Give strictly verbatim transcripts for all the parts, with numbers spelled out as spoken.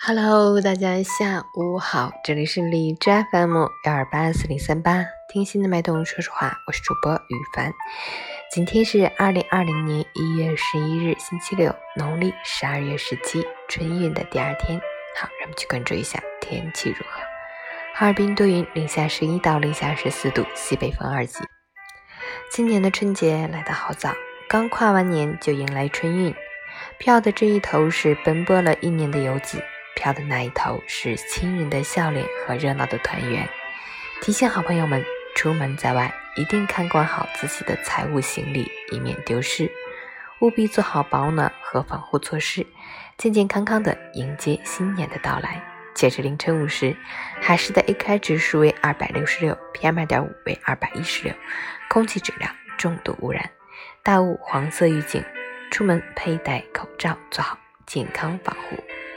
Hello， 大家下午好，这里是荔枝 F M 幺二八四零三八，听心的脉动说说话，我是主播雨凡。今天是二零二零年一月十一日，星期六，农历十二月十七，春运的第二天。好，让我们去关注一下天气如何。哈尔滨多云，零下十一到零下十四度，西北风二级。今年的春节来得好早，刚跨完年就迎来春运。票的这一头是奔波了一年的游子，票的那一头是亲人的笑脸和热闹的团圆。提醒好朋友们，出门在外一定看管好自己的财物行李，以免丢失，务必做好保暖和防护措施，健健康康的迎接新年的到来。截至凌晨五时，海市的 A Q I 指数为二百六十六， P M 二点五 为二百一十六，空气质量重度污染，大雾黄色预警，出门佩戴口罩，做好健康防护。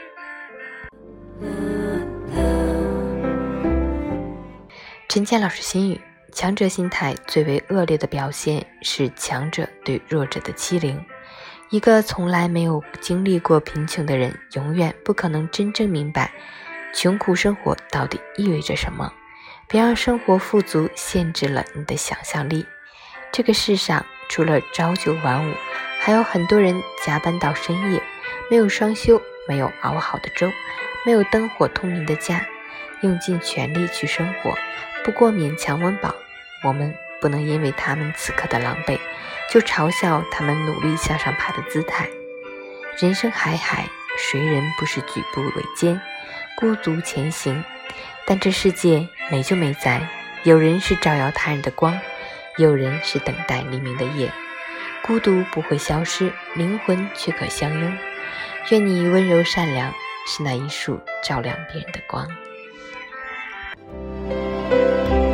陈倩老师心语：强者心态最为恶劣的表现是强者对弱者的欺凌。一个从来没有经历过贫穷的人，永远不可能真正明白穷苦生活到底意味着什么。别让生活富足限制了你的想象力。这个世上除了朝九晚五，还有很多人加班到深夜，没有双休，没有熬好的粥，没有灯火通明的家，用尽全力去生活，不过勉强温饱。我们不能因为他们此刻的狼狈，就嘲笑他们努力向上爬的姿态。人生海海，谁人不是举步维艰，孤独前行？但这世界美就美在，有人是照耀他人的光，有人是等待黎明的夜。孤独不会消失，灵魂却可相拥。愿你温柔善良，是那一束照亮别人的光。